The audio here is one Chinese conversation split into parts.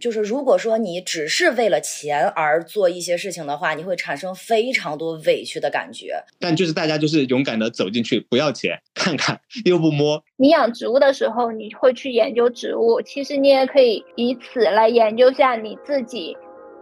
就是如果说你只是为了钱而做一些事情的话，你会产生非常多委屈的感觉。 但就是大家就是勇敢的走进去，不要钱，看看又不摸。 你养植物的时候，你会去研究植物，其实你也可以以此来研究下你自己。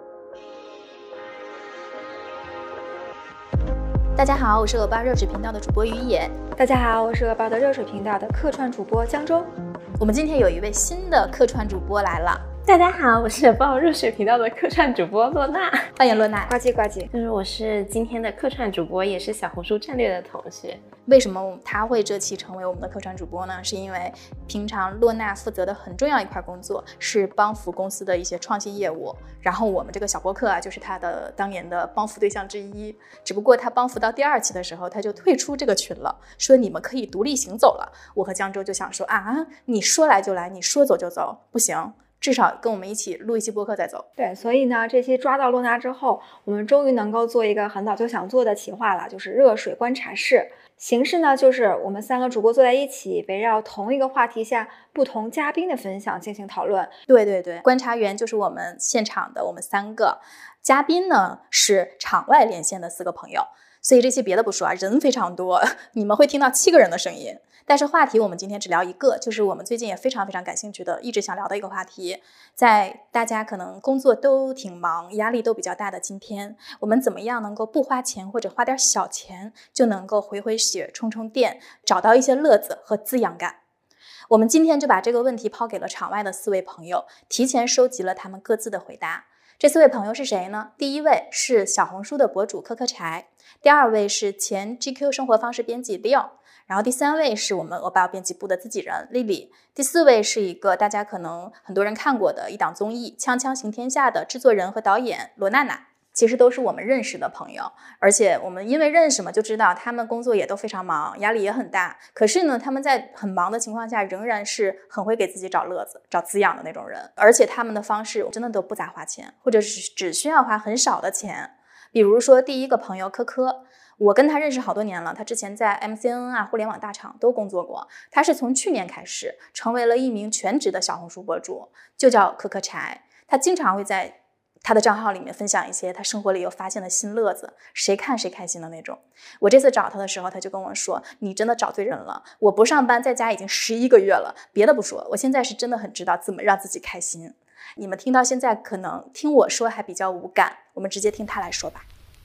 大家好，我是鹅爸热水频道的主播于野。 大家好，我是鹅爸的热水频道的客串主播江州。 我们今天有一位新的客串主播来了。 大家好，我是鹅爸热水频道的客串主播洛娜。 欢迎洛娜。 呱唧呱唧。 就是我是今天的客串主播，也是小红书战略的同学。 为什么他会这期成为我们的客串主播呢？是因为平常洛娜负责的很重要一块工作是帮扶公司的一些创新业务，然后我们这个小播客啊，就是他的当年的帮扶对象之一。只不过他帮扶到第2期的时候，他就退出这个群了，说你们可以独立行走了。我和江州就想说啊，你说来就来，你说走就走，不行，至少跟我们一起录一期播客再走。 对，所以呢，这期抓到洛娜之后，我们终于能够做一个很早就想做的企划了，就是热水观察室。形式呢，就是我们3个主播坐在一起，围绕同一个话题下不同嘉宾的分享进行讨论。 对对对，观察员就是我们现场的我们3个，嘉宾呢是场外连线的4个朋友。所以这期别的不说啊，人非常多，你们会听到7个人的声音。但是话题我们今天只聊一个，就是我们最近也非常非常感兴趣的，一直想聊的一个话题。在大家可能工作都挺忙，压力都比较大的今天，我们怎么样能够不花钱或者花点小钱，就能够回回血、充充电，找到一些乐子和滋养感？我们今天就把这个问题抛给了场外的4位朋友，提前收集了他们各自的回答。这4位朋友是谁呢？第1位是小红书的博主柯柯柴，第2位是前 GQ 生活方式编辑 Leo， 然后第3位是我们鹅爸编辑部的自己人丽丽，第4位是一个大家可能很多人看过的一档综艺《锵锵行天下》的制作人和导演罗娜娜。其实都是我们认识的朋友，而且我们因为认识嘛，就知道他们工作也都非常忙，压力也很大。可是呢，他们在很忙的情况下，仍然是很会给自己找乐子、找滋养的那种人。而且他们的方式真的都不咋花钱，或者是只需要花很少的钱。比如说第1个朋友柯柯，我跟他认识好多年了，他之前在 MCN 啊、互联网大厂都工作过。他是从去年开始成为了一名全职的小红书博主，就叫柯柯柴。他经常会在他的账号里面分享一些他生活里有发现的新乐子，谁看谁开心的那种。我这次找他的时候，他就跟我说，你真的找对人了，我不上班在家已经11个月了，别的不说，我现在是真的很知道怎么让自己开心。你们听到现在可能听我说还比较无感，我们直接听他来说吧。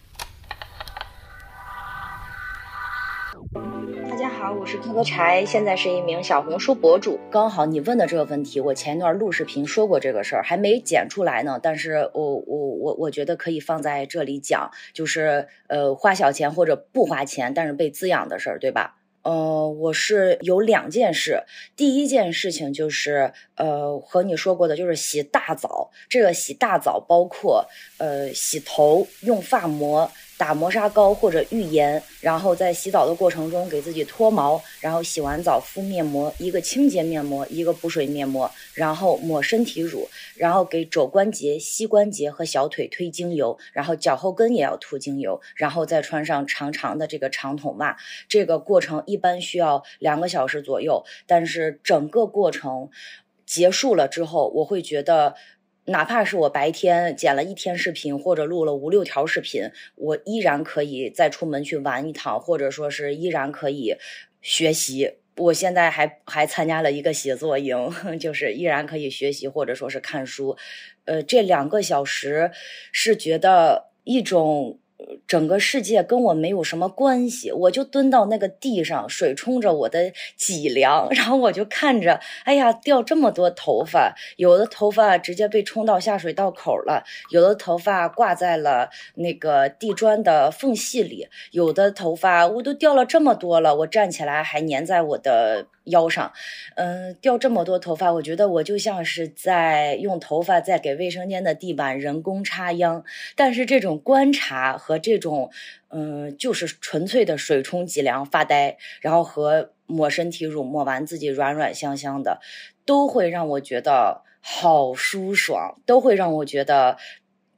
大家好，我是柯柯柴，现在是一名小红书博主。刚好你问的这个问题，我前一段录视频说过这个事儿，还没剪出来呢，但是我觉得可以放在这里讲，就是花小钱或者不花钱，但是被滋养的事儿，对吧？我是有2件事。第一件事情就是和你说过的，就是洗大澡。这个洗大澡包括洗头，用发膜，打磨砂膏或者浴盐，然后在洗澡的过程中给自己脱毛，然后洗完澡敷面膜，一个清洁面膜，一个补水面膜，然后抹身体乳，然后给肘关节、膝关节和小腿推精油，然后脚后跟也要涂精油，然后再穿上长长的这个长筒袜。这个过程一般需要2个小时左右，但是整个过程结束了之后，我会觉得哪怕是我白天剪了1天视频或者录了5、6条视频，我依然可以再出门去玩一趟，或者说是依然可以学习。我现在还参加了一个写作营，就是依然可以学习或者说是看书。这2个小时是觉得一种整个世界跟我没有什么关系，我就蹲到那个地上，水冲着我的脊梁，然后我就看着，哎呀，掉这么多头发，有的头发直接被冲到下水道口了，有的头发挂在了那个地砖的缝隙里，有的头发我都掉了这么多了，我站起来还粘在我的腰上。掉这么多头发，我觉得我就像是在用头发在给卫生间的地板人工插秧。但是这种观察和这种就是纯粹的水冲脊梁发呆，然后和抹身体乳抹完自己软软香香的，都会让我觉得好舒爽，都会让我觉得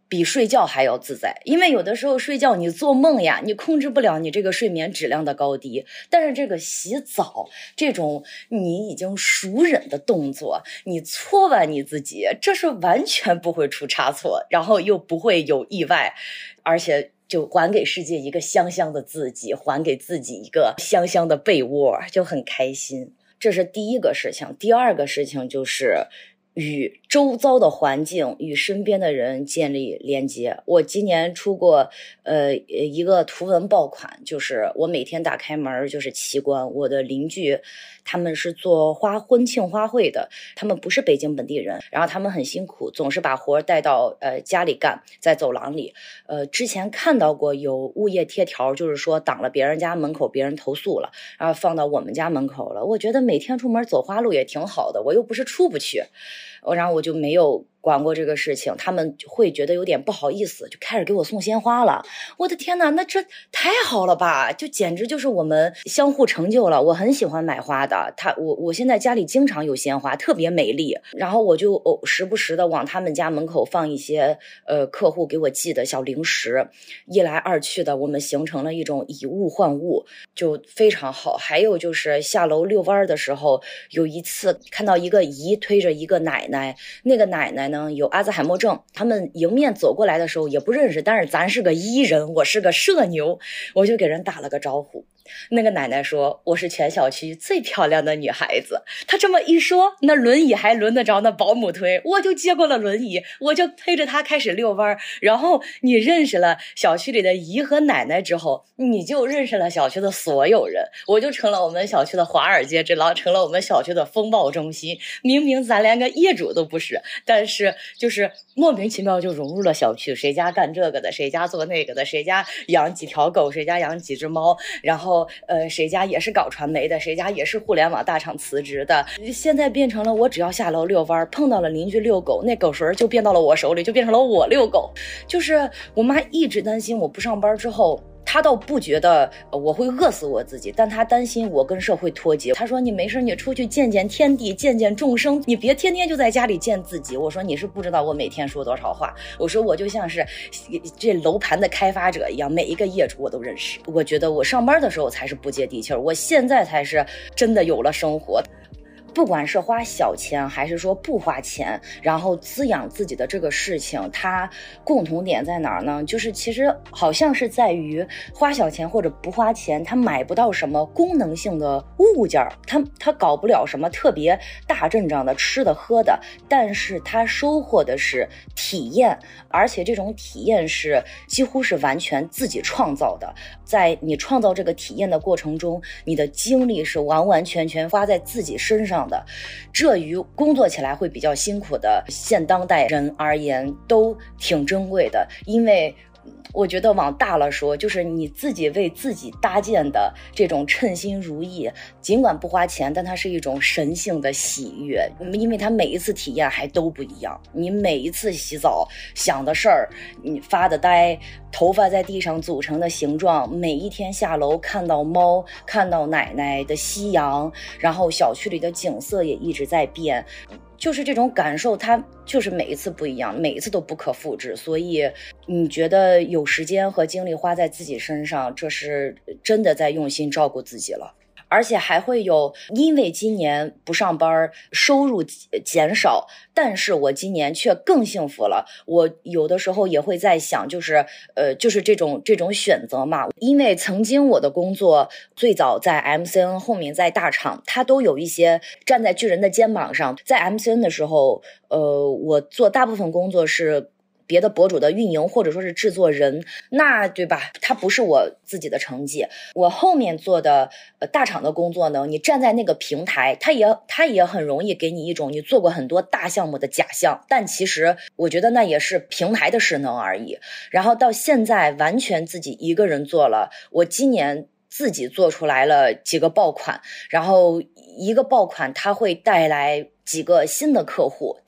比睡觉还要自在，因为有的时候睡觉你做梦呀，你控制不了你这个睡眠质量的高低，但是这个洗澡这种你已经熟忍的动作，你搓完你自己，这是完全不会出差错，然后又不会有意外，而且就还给世界一个香香的自己，还给自己一个香香的被窝，就很开心。这是第一个事情。第二个事情就是与周遭的环境与身边的人建立连接。我今年出过一个图文爆款，就是我每天打开门就是奇观。我的邻居他们是做婚庆花卉的，他们不是北京本地人，然后他们很辛苦，总是把活带到家里干，在走廊里。之前看到过有物业贴条，就是说挡了别人家门口，别人投诉了，然后放到我们家门口了。我觉得每天出门走花路也挺好的，我又不是出不去。然后我就没有管过这个事情，他们会觉得有点不好意思，就开始给我送鲜花了。我的天哪，那这太好了吧，就简直就是我们相互成就了。我很喜欢买花的，我现在家里经常有鲜花，特别美丽。然后我就时不时的往他们家门口放一些客户给我寄的小零食，一来二去的我们形成了一种以物换物，就非常好。还有就是下楼遛弯的时候，有一次看到一个姨推着一个奶奶，那个奶奶呢有阿兹海默症，他们迎面走过来的时候也不认识，但是咱是个伊人，我是个社牛，我就给人打了个招呼。那个奶奶说我是全小区最漂亮的女孩子，她这么一说，那轮椅还轮得着那保姆推，我就接过了轮椅，我就推着她开始遛弯。然后你认识了小区里的姨和奶奶之后，你就认识了小区的所有人，我就成了我们小区的华尔街之狼，成了我们小区的风暴中心。明明咱连个业主都不是，但是就是莫名其妙就融入了小区，谁家干这个的，谁家做那个的，谁家养几条狗，谁家养几只猫，然后谁家也是搞传媒的，谁家也是互联网大厂辞职的。现在变成了我只要下楼遛弯，碰到了邻居遛狗，那狗绳就变到了我手里，就变成了我遛狗。就是我妈一直担心我不上班之后，他倒不觉得我会饿死我自己，但他担心我跟社会脱节。他说你没事你出去见见天地，见见众生，你别天天就在家里见自己。我说你是不知道我每天说多少话，我说我就像是这楼盘的开发者一样，每一个业主我都认识。我觉得我上班的时候才是不接地气儿，我现在才是真的有了生活。不管是花小钱还是说不花钱，然后滋养自己的这个事情，它共同点在哪儿呢？就是其实好像是在于花小钱或者不花钱，它买不到什么功能性的物件，它搞不了什么特别大阵仗的吃的喝的，但是它收获的是体验，而且这种体验是几乎是完全自己创造的。在你创造这个体验的过程中，你的精力是完完全全花在自己身上的，这于工作起来会比较辛苦的现当代人而言都挺珍贵的。因为我觉得往大了说，就是你自己为自己搭建的这种称心如意，尽管不花钱，但它是一种神性的喜悦，因为它每一次体验还都不一样。你每一次洗澡想的事儿，你发的呆，头发在地上组成的形状，每一天下楼看到猫，看到奶奶的夕阳，然后小区里的景色也一直在变，就是这种感受，它就是每一次不一样，每一次都不可复制。所以你觉得有时间和精力花在自己身上，这是真的在用心照顾自己了。而且还会有，因为今年不上班，收入减少，但是我今年却更幸福了。我有的时候也会在想，就是这种选择嘛。因为曾经我的工作最早在 MCN， 后面在大厂，它都有一些站在巨人的肩膀上。在 MCN 的时候，我做大部分工作是别的博主的运营或者说是制作人，那对吧，它不是我自己的成绩。我后面做的大厂的工作呢，你站在那个平台，它也很容易给你一种你做过很多大项目的假象，但其实我觉得那也是平台的势能而已。然后到现在完全自己一个人做了，我今年自己做出来了几个爆款，然后一个爆款它会带来几个新的客户，它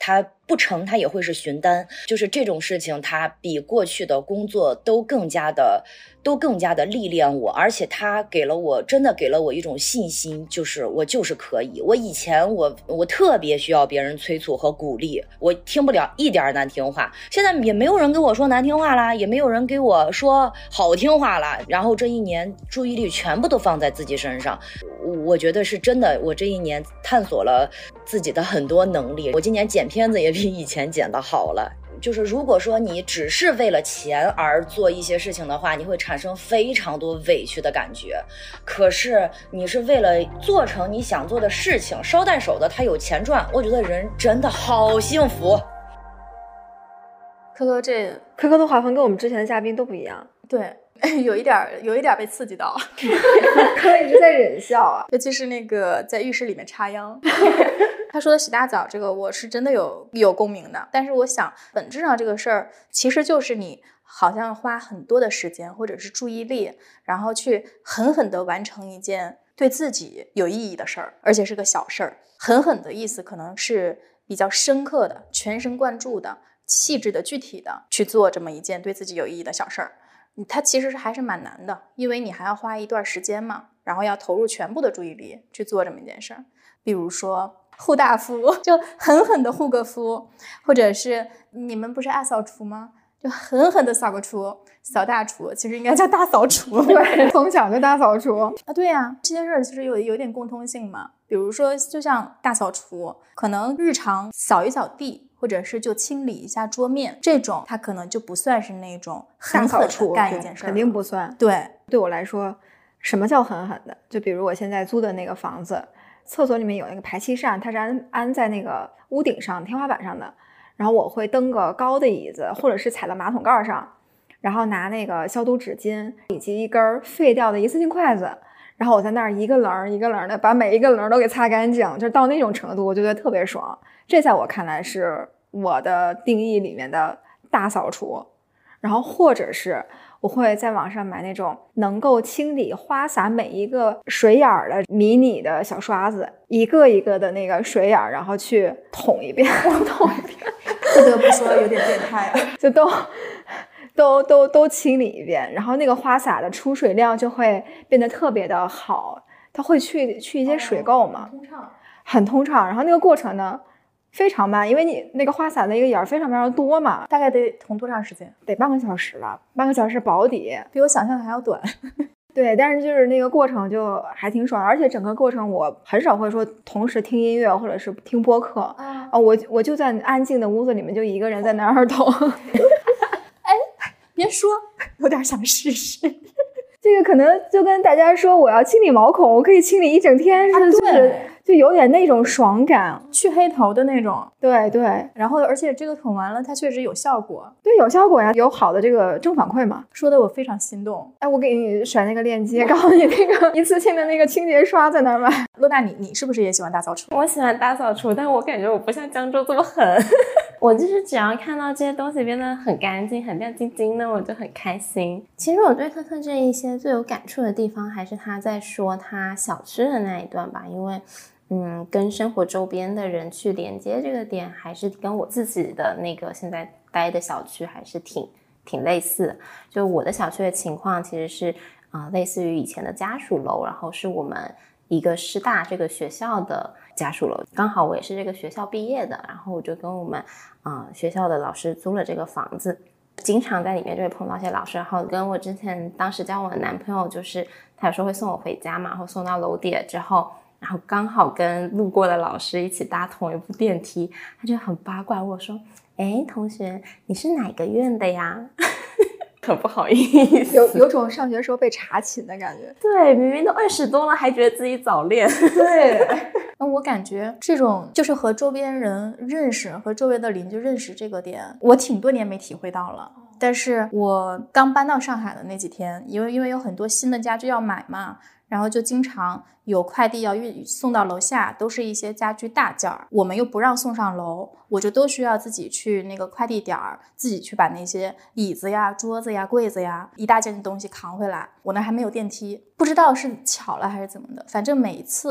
不成它也会是询单，就是这种事情它比过去的工作都更加的历练我，而且它真的给了我一种信心，就是我就是可以。我以前我特别需要别人催促和鼓励，我听不了一点难听话，现在也没有人给我说难听话啦，也没有人给我说好听话啦，然后这一年注意力全部都放在自己身上，我觉得是真的，我这一年探索了自己的很多能力，我今年剪片子也比以前剪得好了。就是如果说你只是为了钱而做一些事情的话，你会产生非常多委屈的感觉，可是你是为了做成你想做的事情，捎带手的他有钱赚，我觉得人真的好幸福。 科科的画风跟我们之前的嘉宾都不一样， 对，有一点被刺激到， 科一直在忍笑啊， 尤其是那个在浴室里面插秧。他说的洗大澡这个我是真的有共鸣的，但是我想本质上这个事儿其实就是你好像花很多的时间或者是注意力，然后去狠狠地完成一件对自己有意义的事儿，而且是个小事儿。狠狠的意思可能是比较深刻的、全神贯注的、细致的、具体的去做这么一件对自己有意义的小事儿。它其实还是蛮难的，因为你还要花一段时间嘛，然后要投入全部的注意力去做这么一件事儿。比如说护大肤，就狠狠的护个肤，或者是你们不是爱扫除吗？就狠狠的扫个除，扫大除，其实应该叫大扫除。 对，从小就大扫除啊，对呀，这些事儿其实有点共通性嘛。比如说，就像大扫除，可能日常扫一扫地，或者是就清理一下桌面，这种它可能就不算是那种狠狠的干一件事， 肯定不算。对我来说，什么叫狠狠的？就比如我现在租的那个房子，厕所里面有那个排气扇，它是安在那个屋顶上、天花板上的。然后我会蹬个高的椅子，或者是踩到马桶盖上，然后拿那个消毒纸巾以及一根废掉的一次性筷子，然后我在那儿一个棱一个棱的把每一个棱都给擦干净，就到那种程度，我觉得特别爽。这在我看来是我的定义里面的大扫除。然后或者是我会在网上买那种能够清理花洒每一个水眼的迷你的小刷子，一个一个的那个水眼，然后去捅一遍，捅一遍。 不得不说有点变态了， 就都清理一遍，然后那个花洒的出水量就会变得特别的好，它会去一些水垢嘛，很通畅。然后那个过程呢非常慢，因为你那个花洒的一个眼非常多嘛， 大概得捅多长时间？ 得半个小时了，半个小时保底， 比我想象的还要短。 对，但是就是那个过程就还挺爽，而且整个过程我很少会说同时听音乐或者是听播客啊，我就在安静的屋子里面就一个人在那儿捅。 哎，别说，有点想试试。 这个可能就跟大家说我要清理毛孔，我可以清理一整天，就有点那种爽感， 去黑头的那种。 对， 然后而且这个捅完了它确实有效果。 对，有效果呀，有好的这个正反馈嘛， 说的我非常心动。 哎，我给你甩那个链接，告诉你那个一次性的那个清洁刷在哪儿买。 洛娜，你是不是也喜欢大扫除？ 我喜欢大扫除，但我感觉我不像江州这么狠。我就是只要看到这些东西变得很干净很亮晶晶的，我就很开心。其实我对科科这一些最有感触的地方还是他在说他小区的那一段吧，因为跟生活周边的人去连接这个点，还是跟我自己的那个现在待的小区还是挺类似的。就我的小区的情况其实是类似于以前的家属楼，然后是我们一个师大这个学校的家属楼，刚好我也是这个学校毕业的，然后我就跟我们学校的老师租了这个房子，经常在里面就会碰到一些老师，然后跟我之前当时交往的男朋友，就是他有时候会送我回家嘛，然后送到楼底了之后，然后刚好跟路过的老师一起搭同一部电梯，他就很八卦问我说，哎，同学你是哪个院的呀？很不好意思， 有种上学时候被查寝的感觉。 对，明明都20多了还觉得自己早恋。 对， 我感觉这种就是和周边人认识，和周围的邻居认识这个点，我挺多年没体会到了。但是我刚搬到上海的那几天，因为有很多新的家具要买嘛，然后就经常有快递要送到楼下，都是一些家具大件儿，我们又不让送上楼，我就都需要自己去那个快递点儿，自己去把那些椅子呀、桌子呀、柜子呀一大件的东西扛回来。我那还没有电梯，不知道是巧了还是怎么的，反正每一次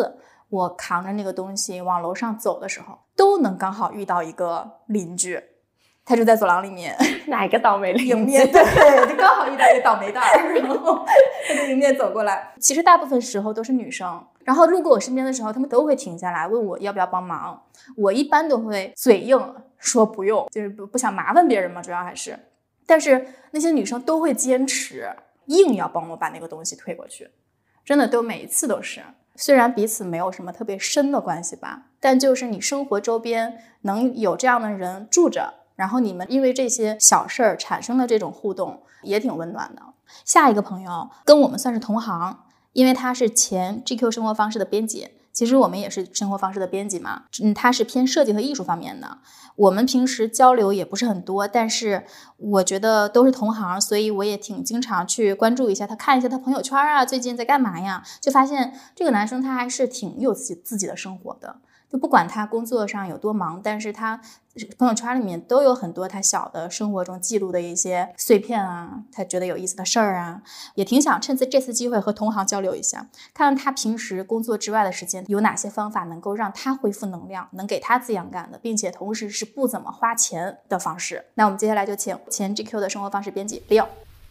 我扛着那个东西往楼上走的时候，都能刚好遇到一个邻居，他就在走廊里面， 哪个倒霉邻居？ 迎面对，就刚好遇到一个倒霉蛋儿，然后他就迎面走过来。其实大部分时候都是女生，然后路过我身边的时候，他们都会停下来问我要不要帮忙。我一般都会嘴硬说不用，就是不想麻烦别人嘛，主要还是。但是那些女生都会坚持，硬要帮我把那个东西推过去，真的都每一次都是。虽然彼此没有什么特别深的关系吧，但就是你生活周边能有这样的人住着，然后你们因为这些小事儿产生了这种互动，也挺温暖的。下一个朋友跟我们算是同行，因为他是前 GQ 生活方式的编辑，其实我们也是生活方式的编辑嘛，他是偏设计和艺术方面的。我们平时交流也不是很多，但是我觉得都是同行，所以我也挺经常去关注一下他，看一下他朋友圈啊，最近在干嘛呀，就发现这个男生他还是挺有自己的生活的。就不管他工作上有多忙，但是他朋友圈里面都有很多他小的生活中记录的一些碎片啊，他觉得有意思的事儿啊，也挺想趁这次机会和同行交流一下，看看他平时工作之外的时间有哪些方法能够让他恢复能量，能给他滋养感的，并且同时是不怎么花钱的方式。那我们接下来就请前 GQ 的生活方式编辑 Leo。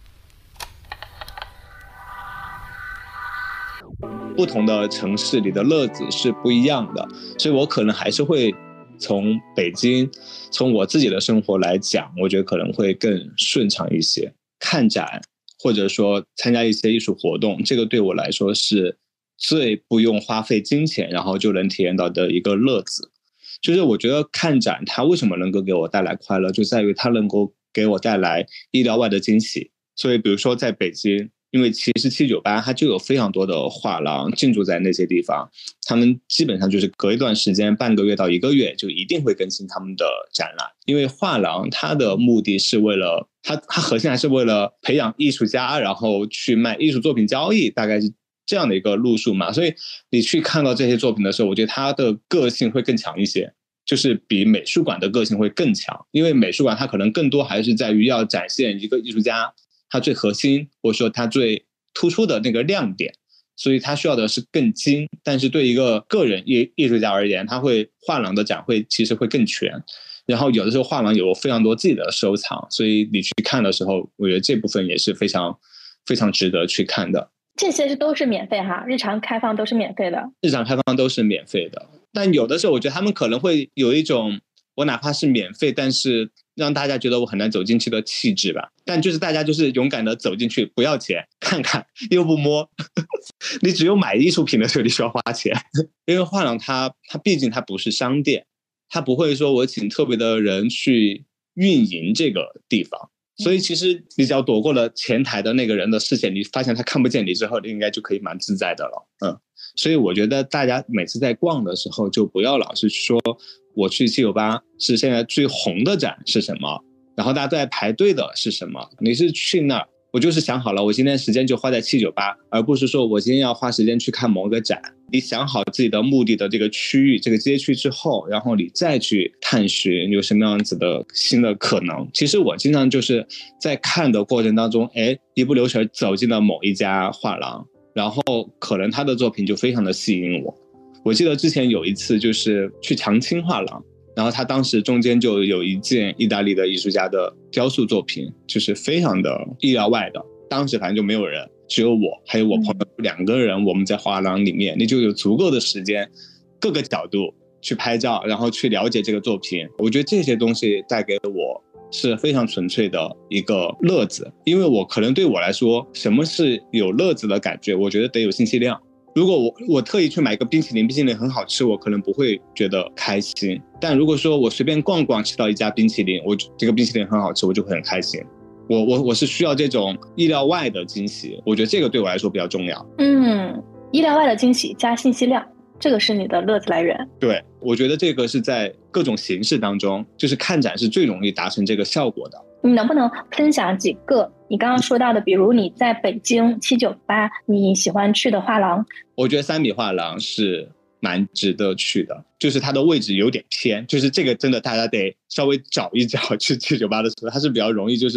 不同的城市里的乐子是不一样的，所以我可能还是会从北京，从我自己的生活来讲，我觉得可能会更顺畅一些。看展或者说参加一些艺术活动，这个对我来说是最不用花费金钱，然后就能体验到的一个乐子。就是我觉得看展它为什么能够给我带来快乐，就在于它能够给我带来意料外的惊喜。所以比如说在北京，因为其实798它就有非常多的画廊进驻在那些地方，他们基本上就是隔一段时间，半个月到1个月就一定会更新他们的展览。因为画廊它的目的是为了它核心还是为了培养艺术家，然后去卖艺术作品交易，大概是这样的一个路数嘛。所以你去看到这些作品的时候，我觉得它的个性会更强一些，就是比美术馆的个性会更强。因为美术馆它可能更多还是在于要展现一个艺术家它最核心或者说它最突出的那个亮点，所以它需要的是更精。但是对一个个人艺术家而言，他会画廊的展会其实会更全，然后有的时候画廊有非常多自己的收藏，所以你去看的时候，我觉得这部分也是非常非常值得去看的。 这些都是免费哈，日常开放都是免费的， 日常开放都是免费的。但有的时候我觉得他们可能会有一种我哪怕是免费，但是让大家觉得我很难走进去的气质吧。但就是大家就是勇敢的走进去，不要钱，看看又不摸你只有买艺术品的时候你需要花钱。因为画廊它毕竟它不是商店，它不会说我请特别的人去运营这个地方，所以其实你只要躲过了前台的那个人的视线，你发现他看不见你之后，你应该就可以蛮自在的了。所以我觉得大家每次在逛的时候，就不要老是说我去798是现在最红的展是什么，然后大家都在排队的是什么。你是去那儿，我就是想好了，我今天时间就花在798，而不是说我今天要花时间去看某个展。你想好自己的目的的这个区域这个街区之后，然后你再去探寻有什么样子的新的可能。其实我经常就是在看的过程当中，一不留神走进了某一家画廊，然后可能他的作品就非常的吸引我。我记得之前有一次就是去长青画廊，然后他当时中间就有一件意大利的艺术家的雕塑作品，就是非常的意料外的。当时反正就没有人，只有我还有我朋友2个人，我们在画廊里面，你就有足够的时间各个角度去拍照，然后去了解这个作品。我觉得这些东西带给我是非常纯粹的一个乐子。因为我可能对我来说，什么是有乐子的感觉，我觉得得有信息量。如果我特意去买一个冰淇淋很好吃，我可能不会觉得开心。但如果说我随便逛逛吃到一家冰淇淋，这个冰淇淋很好吃，我就会很开心。我是需要这种意料外的惊喜，我觉得这个对我来说比较重要。 意料外的惊喜加信息量，这个是你的乐子来源。对， 我觉得这个是在各种形式当中，就是看展是最容易达成这个效果的。 你能不能分享几个你刚刚说到的，比如你在北京798你喜欢去的画廊？ 我觉得3米画廊是蛮值得去的，就是它的位置有点偏，就是这个真的大家得稍微找一找。去798的时候它是比较容易就是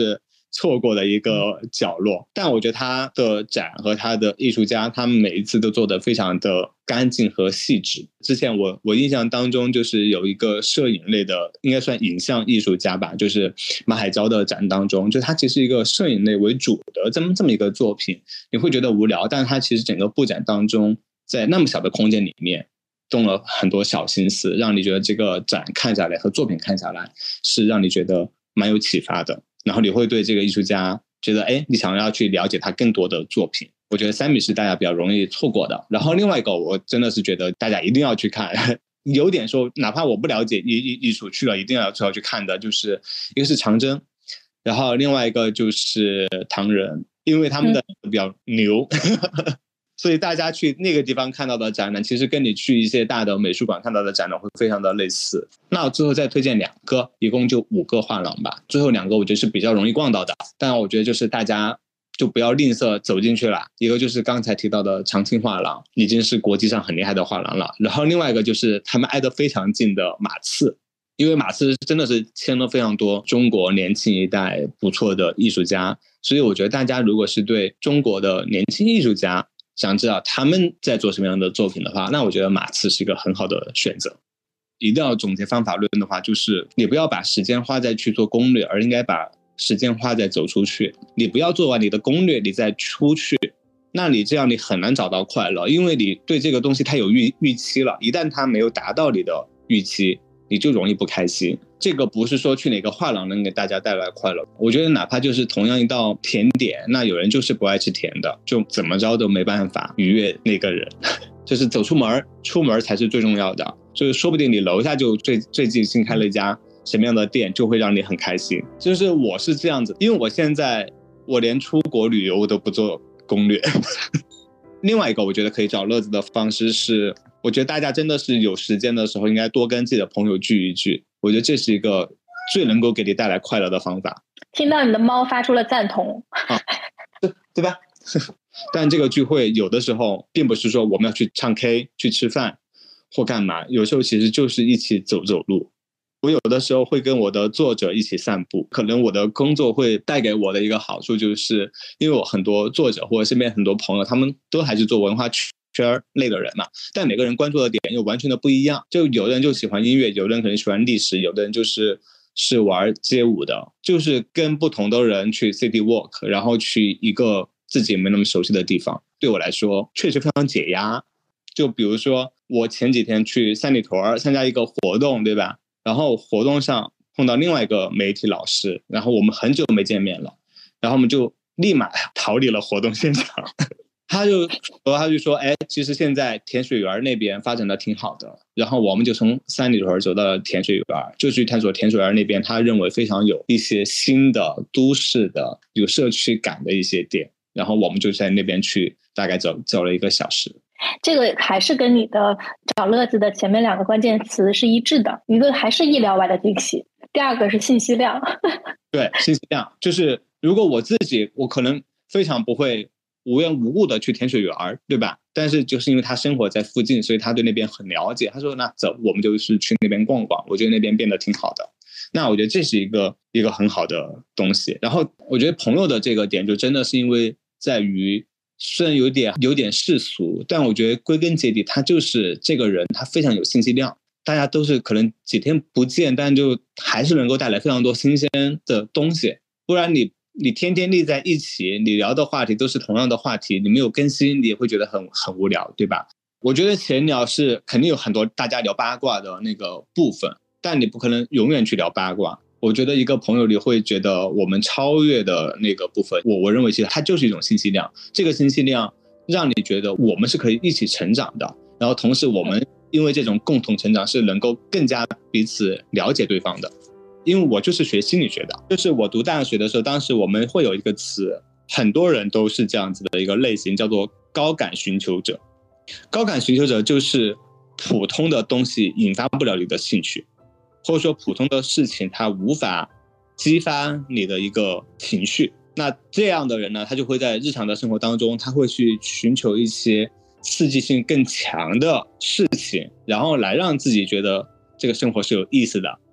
错过的一个角落。但我觉得他的展和他的艺术家，他们每一次都做得非常的干净和细致。之前我印象当中就是有一个摄影类的，应该算影像艺术家吧，就是马海娇的展当中，就他其实一个摄影类为主的这么一个作品，你会觉得无聊，但是他其实整个布展当中，在那么小的空间里面动了很多小心思，让你觉得这个展看下来和作品看下来是让你觉得蛮有启发的，然后你会对这个艺术家觉得你想要去了解他更多的作品。我觉得三米是大家比较容易错过的。然后另外一个我真的是觉得大家一定要去看，有点说哪怕我不了解艺术去了一定要去看的，就是一个是长征，然后另外一个就是唐人，因为他们的比较牛所以大家去那个地方看到的展览其实跟你去一些大的美术馆看到的展览会非常的类似。那我最后再推荐2个，一共就5个画廊吧，最后2个我觉得是比较容易逛到的，但我觉得就是大家就不要吝啬走进去了。一个就是刚才提到的长青画廊，已经是国际上很厉害的画廊了，然后另外一个就是他们挨得非常近的马刺，因为马刺真的是签了非常多中国年轻一代不错的艺术家，所以我觉得大家如果是对中国的年轻艺术家想知道他们在做什么样的作品的话，那我觉得马刺是一个很好的选择。一定要总结方法论的话，就是你不要把时间花在去做攻略，而应该把时间花在走出去。你不要做完你的攻略你再出去，那你这样你很难找到快乐，因为你对这个东西它有预期了，一旦它没有达到你的预期，你就容易不开心。这个不是说去哪个画廊能给大家带来快乐，我觉得哪怕就是同样一道甜点，那有人就是不爱吃甜的，就怎么着都没办法愉悦那个人就是走出门才是最重要的，就是说不定你楼下就最近新开了一家什么样的店就会让你很开心。就是我是这样子，因为我现在我连出国旅游我都不做攻略另外一个我觉得可以找乐子的方式是，我觉得大家真的是有时间的时候应该多跟自己的朋友聚一聚，我觉得这是一个最能够给你带来快乐的方法。 听到你的猫发出了赞同对吧但这个聚会有的时候并不是说我们要去唱 K 去吃饭或干嘛，有时候其实就是一起走走路。我有的时候会跟我的作者一起散步，可能我的工作会带给我的一个好处就是因为我很多作者或者身边很多朋友他们都还是做文化圈类的人嘛，但每个人关注的点又完全的不一样，就有的人就喜欢音乐，有的人可能喜欢历史，有的人就是玩街舞的，就是跟不同的人去 city walk， 然后去一个自己没那么熟悉的地方，对我来说确实非常解压。就比如说我前几天去三里屯参加一个活动，对吧，然后活动上碰到另外一个媒体老师，然后我们很久没见面了，然后我们就立马逃离了活动现场他就说其实现在甜水园那边发展的挺好的，然后我们就从三里屯走到了甜水园，就去探索甜水园那边他认为非常有一些新的都市的有社区感的一些店，然后我们就在那边去大概走了1个小时。 这个还是跟你的找乐子的前面2个关键词是一致的，一个还是意料外的惊喜，第2个是信息量对，信息量就是如果我自己我可能非常不会无缘无故的去甜水园，对吧，但是就是因为他生活在附近，所以他对那边很了解，他说那走我们就是去那边逛逛，我觉得那边变得挺好的。那我觉得这是一个很好的东西。然后我觉得朋友的这个点就真的是因为在于虽然有点世俗，但我觉得归根结底他就是这个人他非常有信息量，大家都是可能几天不见，但就还是能够带来非常多新鲜的东西，不然你天天腻在一起，你聊的话题都是同样的话题，你没有更新你也会觉得很无聊，对吧。我觉得闲聊是肯定有很多大家聊八卦的那个部分，但你不可能永远去聊八卦。我觉得一个朋友里会觉得我们超越的那个部分，我认为其实它就是一种信息量，这个信息量让你觉得我们是可以一起成长的，然后同时我们因为这种共同成长是能够更加彼此了解对方的。因为我就是学心理学的，就是我读大学的时候，当时我们会有一个词，很多人都是这样子的一个类型，叫做高感寻求者。高感寻求者就是普通的东西引发不了你的兴趣，或者说普通的事情它无法激发你的一个情绪，那这样的人呢，他就会在日常的生活当中他会去寻求一些刺激性更强的事情，然后来让自己觉得这个生活是有意思的，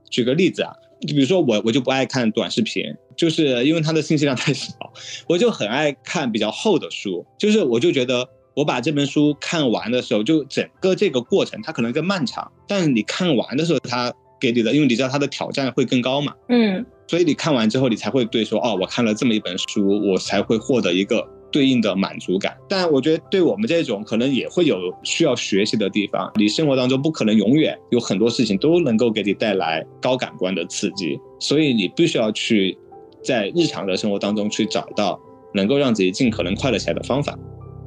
举个例子啊，比如说我就不爱看短视频，就是因为它的信息量太少，我就很爱看比较厚的书，就是我就觉得我把这本书看完的时候，就整个这个过程它可能更漫长，但是你看完的时候它给你的，因为你知道它的挑战会更高嘛，所以你看完之后你才会对说哦，我看了这么一本书，我才会获得一个对应的满足感。但我觉得对我们这种可能也会有需要学习的地方，你生活当中不可能永远有很多事情都能够给你带来高感官的刺激，所以你必须要去在日常的生活当中去找到能够让自己尽可能快乐起来的方法。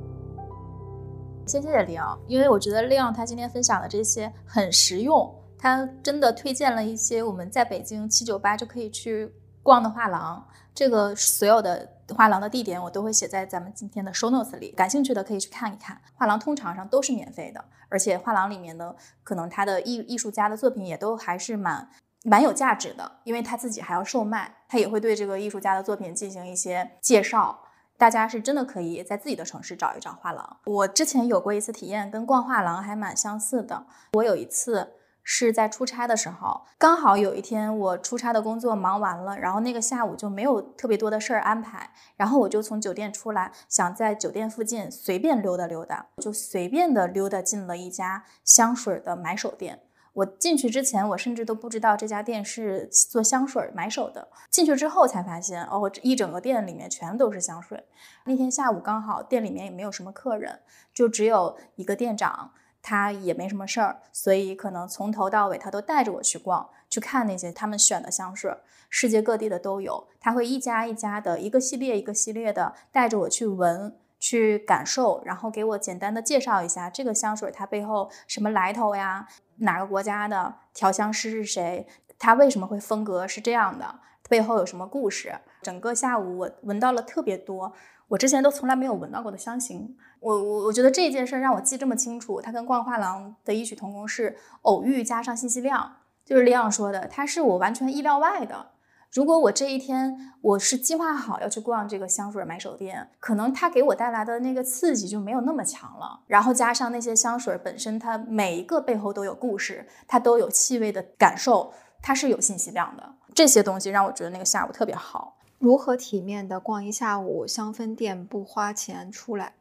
谢谢利昂，因为我觉得利昂他今天分享的这些很实用，他真的推荐了一些我们在北京798就可以去逛的画廊，这个所有的画廊的地点我都会写在咱们今天的 show notes 里，感兴趣的可以去看一看。画廊通常上都是免费的，而且画廊里面的可能他的艺术家的作品也都还是蛮有价值的，因为他自己还要售卖，他也会对这个艺术家的作品进行一些介绍。大家是真的可以在自己的城市找一找画廊。我之前有过一次体验，跟逛画廊还蛮相似的。我有一次是在出差的时候，刚好有一天我出差的工作忙完了，然后那个下午就没有特别多的事儿安排，然后我就从酒店出来，想在酒店附近随便溜达溜达，就随便的溜达进了一家香水的买手店。我进去之前，我甚至都不知道这家店是做香水买手的。进去之后才发现，哦，一整个店里面全都是香水。那天下午刚好店里面也没有什么客人，就只有一个店长，他也没什么事儿，所以可能从头到尾他都带着我去逛，去看那些他们选的香水，世界各地的都有。他会一家一家的，一个系列一个系列的带着我去闻。去感受，然后给我简单的介绍一下这个香水它背后什么来头呀，哪个国家的，调香师是谁，它为什么会风格是这样的，背后有什么故事。整个下午我闻到了特别多我之前都从来没有闻到过的香型。我觉得这件事让我记这么清楚，它跟逛画廊的异曲同工，是偶遇加上信息量，就是李昂说的，它是我完全意料外的。如果我这一天我是计划好要去逛这个香水买手店，可能它给我带来的那个刺激就没有那么强了，然后加上那些香水本身它每一个背后都有故事，它都有气味的感受，它是有信息量的，这些东西让我觉得那个下午特别好。 如何体面的逛一下午香氛店不花钱出来？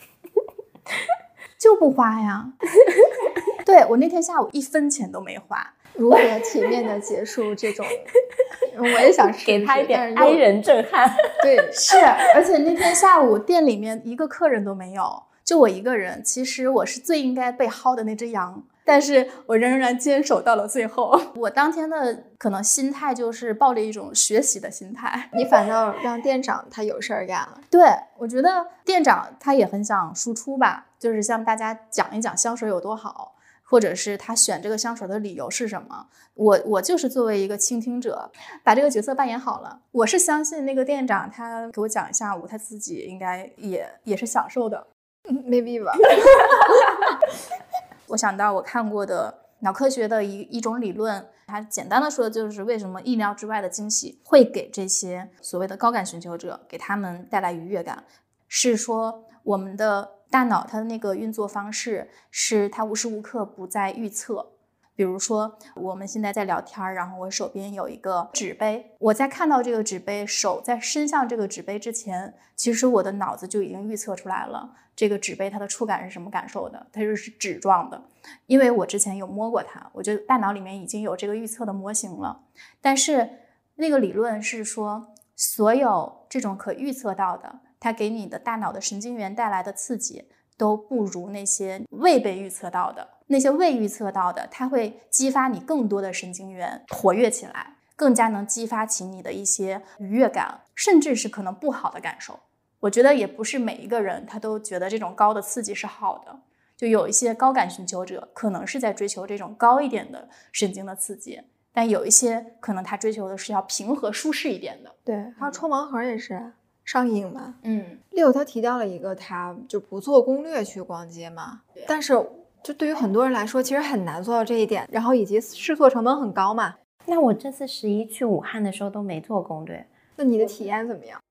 就不花呀。对，我那天下午1分钱都没花。 如何体面的结束这种我也想试给他一点哀人震撼。 对， 是，而且那天下午店里面一个客人都没有，就我一个人。其实我是最应该被薅的那只羊，但是我仍然坚守到了最后。我当天的可能心态就是抱着一种学习的心态。 你反倒让店长他有事儿干了。 对，我觉得店长他也很想输出吧，就是向大家讲一讲香水有多好，或者是他选这个香水的理由是什么。我就是作为一个倾听者，把这个角色扮演好了。我是相信那个店长他给我讲一下午，他自己应该也是享受的。 maybe 吧。 我想到我看过的脑科学的一种理论，它简单的说就是为什么意料之外的惊喜会给这些所谓的高感寻求者，给他们带来愉悦感，是说我们的大脑它的那个运作方式是它无时无刻不在预测。比如说我们现在在聊天，然后我手边有一个纸杯，我在看到这个纸杯，手在伸向这个纸杯之前，其实我的脑子就已经预测出来了这个纸杯它的触感是什么感受的，它是纸状的，因为我之前有摸过它，我觉得大脑里面已经有这个预测的模型了。但是那个理论是说，所有这种可预测到的，它给你的大脑的神经元带来的刺激都不如那些未被预测到的。那些未预测到的，它会激发你更多的神经元活跃起来，更加能激发起你的一些愉悦感，甚至是可能不好的感受。我觉得也不是每一个人他都觉得这种高的刺激是好的，就有一些高感寻求者可能是在追求这种高一点的神经的刺激，但有一些可能他追求的是要平和舒适一点的。 对，还有抽盲盒也是上瘾嘛。 Leo他提到了一个，他就不做攻略去逛街嘛，但是就对于很多人来说其实很难做到这一点，然后以及试错成本很高嘛。 那我这次11去武汉的时候都没做攻略。 那你的体验怎么样？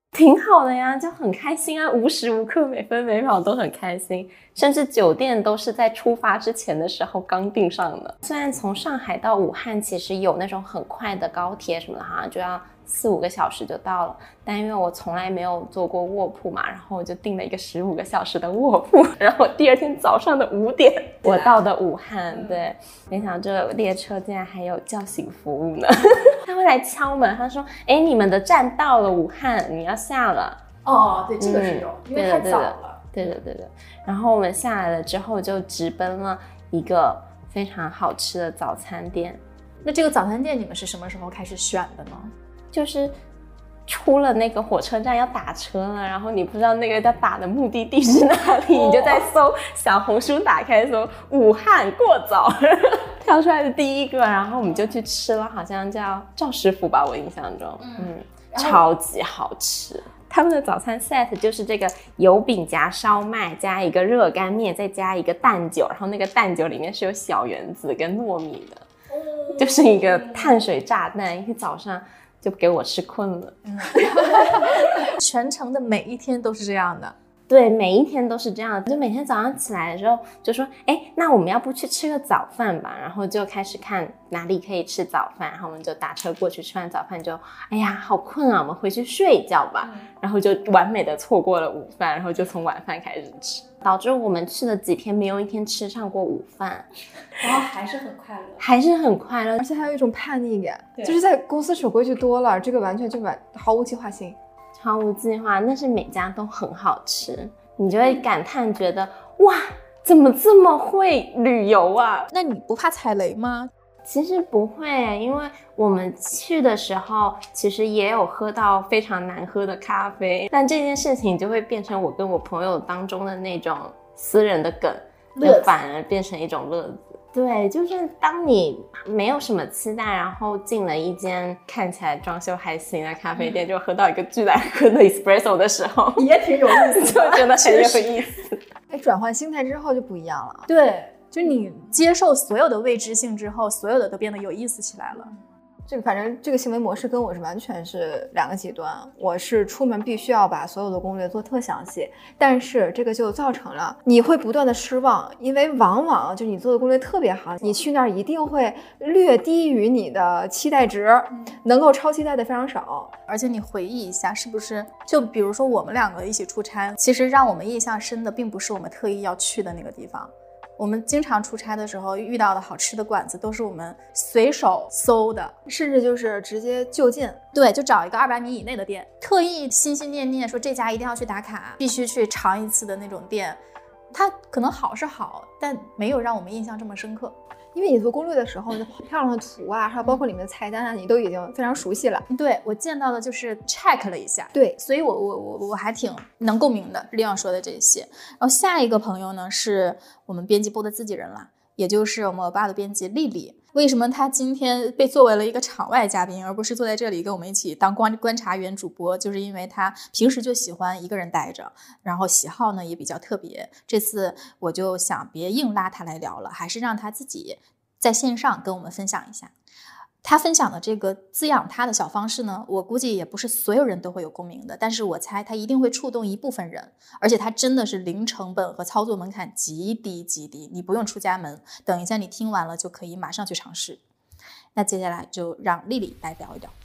挺好的呀，就很开心啊，无时无刻每分每秒都很开心，甚至酒店都是在出发之前的时候刚订上的。虽然从上海到武汉其实有那种很快的高铁什么的，好像就要4-5个小时就到了，但因为我从来没有坐过卧铺嘛，然后我就订了一个15个小时的卧铺，然后第二天早上的5点我到的武汉。对，没想到这个列车竟然还有叫醒服务呢。他会来敲门，他说你们的站到了武汉，你要下了。 哦，对，这个是有，因为太早了。 对的。然后我们下来了之后就直奔了一个非常好吃的早餐店。 那这个早餐店你们是什么时候开始选的呢？ 就是出了那个火车站要打车了，然后你不知道那个要打的目的地是哪里，你就在搜小红书，打开搜武汉过早，跳出来的第一个，然后我们就去吃了，好像叫赵师傅吧，我印象中，超级好吃。他们的早餐 set 就是这个油饼夹烧麦，加一个热干面，再加一个蛋酒，然后那个蛋酒里面是有小圆子跟糯米的，就是一个碳水炸弹，一早上就给我吃困了。 全程的每一天都是这样的。 对，每一天都是这样，就每天早上起来的时候就说那我们要不去吃个早饭吧，然后就开始看哪里可以吃早饭，然后我们就打车过去，吃完早饭就好困啊，我们回去睡一觉吧，然后就完美的错过了午饭，然后就从晚饭开始吃，导致我们去了几天没有一天吃上过午饭， 然后还是很快乐， 而且还有一种叛逆感，就是在公司守规矩多了，这个完全就毫无计划性， 毫无计划，但是每家都很好吃，你就会感叹觉得哇，怎么这么会旅游啊？ 那你不怕踩雷吗？ 其实不会，因为我们去的时候其实也有喝到非常难喝的咖啡，但这件事情就会变成我跟我朋友当中的那种私人的梗，就反而变成一种乐子。对，就是当你没有什么期待，然后进了一间看起来装修还行的咖啡店，就喝到一个巨难喝的 espresso 的时候， 也挺有意思的， 就觉得很有意思。 转换心态之后就不一样了。 对，就你接受所有的未知性之后，所有的都变得有意思起来了。 反正这个行为模式跟我是完全是两个极端。我是出门必须要把所有的攻略做特详细，但是这个就造成了你会不断的失望，因为往往就你做的攻略特别好，你去那儿一定会略低于你的期待值，能够超期待的非常少。 而且你回忆一下，是不是就比如说我们两个一起出差，其实让我们印象深的并不是我们特意要去的那个地方，我们经常出差的时候遇到的好吃的馆子都是我们随手搜的， 甚至就是直接就近， 对，就找一个200米以内的店，特意心心念念说这家一定要去打卡，必须去尝一次的那种店。它可能好是好，但没有让我们印象这么深刻。 因为你做攻略的时候，漂亮的图啊，还有包括里面的菜单啊，你都已经非常熟悉了。 对，我见到的就是 check 了一下， 对， 所以我还挺能共鸣的，利昂说的这些。然后下一个朋友呢，是我们编辑部的自己人了，也就是我们欧巴的编辑丽丽。为什么她今天被作为了一个场外嘉宾，而不是坐在这里跟我们一起当观察员主播？就是因为她平时就喜欢一个人待着，然后喜好呢也比较特别。这次我就想别硬拉她来聊了，还是让她自己在线上跟我们分享一下。他分享的这个滋养他的小方式呢，我估计也不是所有人都会有共鸣的，但是我猜他一定会触动一部分人，而且他真的是零成本和操作门槛极低极低，你不用出家门，等一下你听完了就可以马上去尝试。那接下来就让丽丽来聊一聊。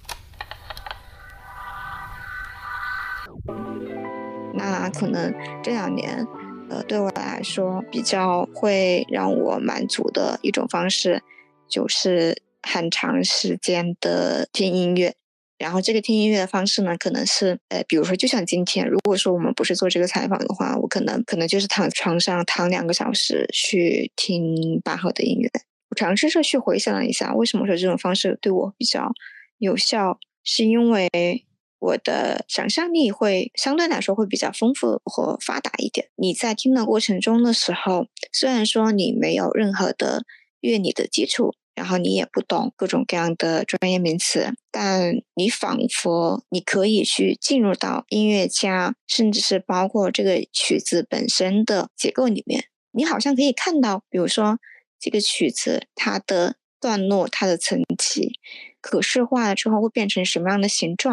那可能这2年对我来说比较会让我满足的一种方式，就是很长时间的听音乐。然后这个听音乐的方式呢，可能是比如说就像今天，如果说我们不是做这个采访的话，我可能就是躺床上躺2个小时去听巴赫的音乐。我尝试着去回想了一下，为什么说这种方式对我比较有效，是因为我的想象力会相对来说会比较丰富和发达一点。你在听的过程中的时候，虽然说你没有任何的乐理的基础，然后你也不懂各种各样的专业名词，但你仿佛你可以去进入到音乐家，甚至是包括这个曲子本身的结构里面，你好像可以看到，比如说这个曲子它的段落，它的层级可视化了之后会变成什么样的形状，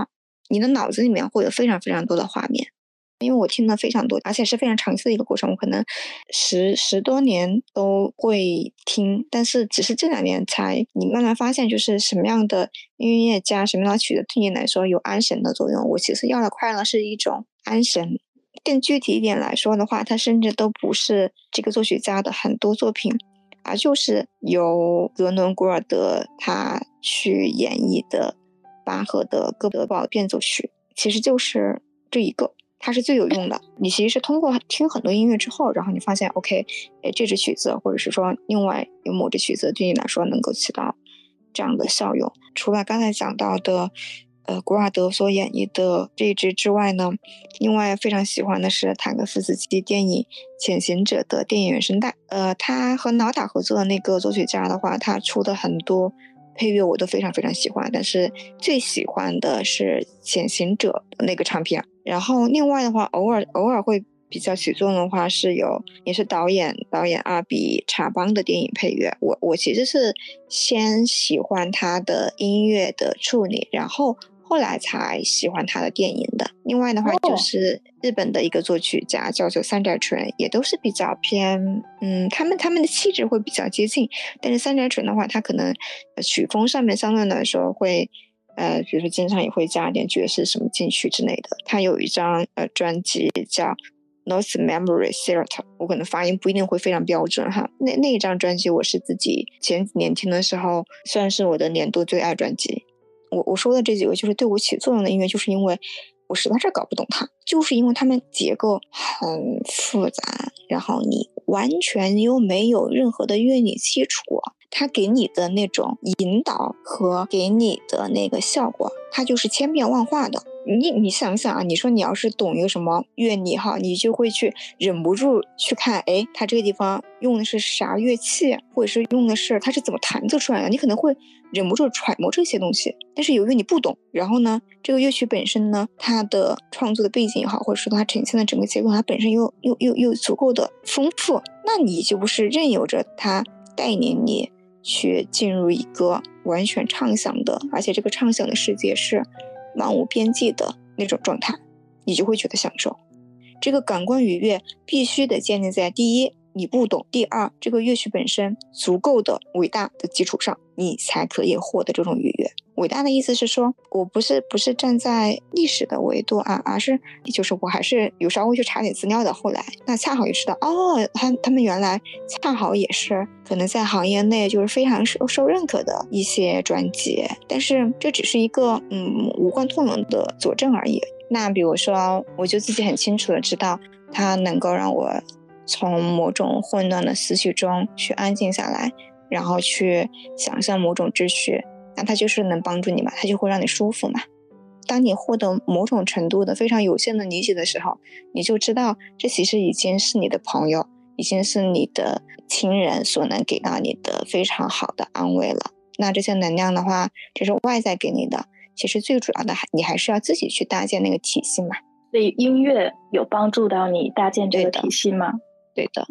你的脑子里面会有非常非常多的画面。因为我听了非常多，而且是非常长期的一个过程，我可能十多年都会听，但是只是这2年才你慢慢发现，就是什么样的音乐家、什么样的曲子对你来说有安神的作用。我其实要的快乐是一种安神。更具体一点来说的话，它甚至都不是这个作曲家的很多作品，而就是由格伦·古尔德他去演绎的巴赫的哥德堡变奏曲，其实就是这一个。它是最有用的。你其实是通过听很多音乐之后，然后你发现 OK， 这支曲子或者是说另外有某支曲子对你来说能够起到这样的效用。除了刚才讲到的古尔德所演绎的这一支之外呢，另外非常喜欢的是塔可夫斯基电影《潜行者》的电影原声带。他和瑙塔合作的那个作曲家的话，他出的很多配乐我都非常非常喜欢，但是最喜欢的是《潜行者》的那个唱片。然后另外的话，偶尔会比较起作用的话，也是导演阿比查邦的电影配乐。我其实是先喜欢他的音乐的处理，然后后来才喜欢他的电影的。另外的话就是日本的一个作曲家叫做三宅纯，也都是比较偏他们的气质会比较接近，但是三宅纯的话，他可能曲风上面相对来说会比如说经常也会加点爵士什么进去之类的。他有一张专辑叫Lost Memory Theater， 我可能发音不一定会非常标准哈。那一张专辑我是自己前几年听的时候，算是我的年度最爱专辑。我说的这几个就是对我起作用的音乐，就是因为我实在是搞不懂它，就是因为它们结构很复杂，然后你完全又没有任何的乐理基础，它给你的那种引导和给你的那个效果，它就是千变万化的。你想想啊，你说你要是懂一个什么乐理哈，你就会去忍不住去看，它这个地方用的是啥乐器，或者是用的是它是怎么弹奏出来的，你可能会忍不住揣摩这些东西。但是由于你不懂，然后呢，这个乐曲本身呢，它的创作的背景也好，或者说它呈现的整个结构，它本身又足够的丰富，那你就不是任由着它带领你去进入一个完全畅想的，而且这个畅想的世界是漫无边际的那种状态，你就会觉得享受。这个感官愉悦必须得建立在第一你不懂，第二这个乐曲本身足够的伟大的基础上，你才可以获得这种愉悦。伟大的意思是说，我不是站在历史的维度啊，而是就是我还是有稍微去查点资料的。后来那恰好也知道他们原来恰好也是可能在行业内就是非常受认可的一些专辑，但是这只是一个无关痛痒的佐证而已。那比如说我就自己很清楚的知道它能够让我从某种混乱的思绪中去安静下来，然后去想象某种秩序，那它就是能帮助你嘛，它就会让你舒服嘛。当你获得某种程度的非常有限的理解的时候，你就知道这其实已经是你的朋友，已经是你的亲人所能给到你的非常好的安慰了。那这些能量的话，这是外在给你的，其实最主要的你还是要自己去搭建那个体系嘛。 所以音乐有帮助到你搭建这个体系吗？ 对的。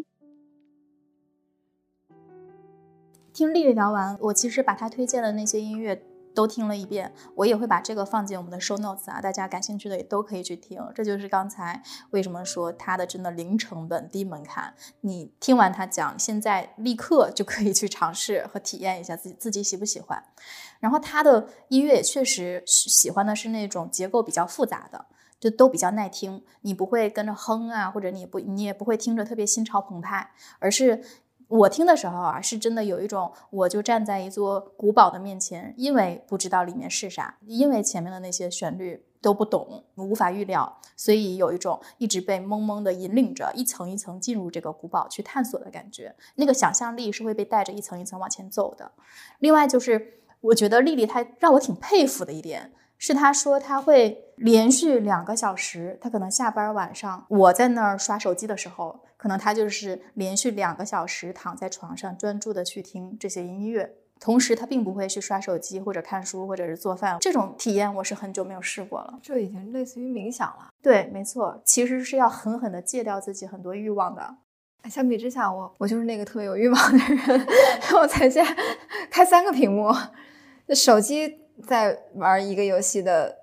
听丽丽聊完，我其实把她推荐的那些音乐都听了一遍，我也会把这个放进我们的 show notes 啊，大家感兴趣的也都可以去听。这就是刚才为什么说它的真的零成本低门槛，你听完他讲，现在立刻就可以去尝试和体验一下自己喜不喜欢。然后他的音乐也确实喜欢的是那种结构比较复杂的，就都比较耐听，你不会跟着哼啊，或者你也不会听着特别心潮澎湃，而是我听的时候啊，是真的有一种我就站在一座古堡的面前，因为不知道里面是啥，因为前面的那些旋律都不懂，无法预料，所以有一种一直被懵懵的引领着，一层一层进入这个古堡去探索的感觉。那个想象力是会被带着一层一层往前走的。另外就是我觉得丽丽她让我挺佩服的一点是，她说她会连续2个小时，她可能下班晚上我在那儿刷手机的时候，可能她就是连续2个小时躺在床上专注的去听这些音乐，同时她并不会去刷手机或者看书或者是做饭。这种体验我是很久没有试过了。 这已经类似于冥想了。 对，没错，其实是要狠狠的戒掉自己很多欲望的。 相比之下，我就是那个特别有欲望的人，我在家开3个屏幕，手机在玩一个游戏的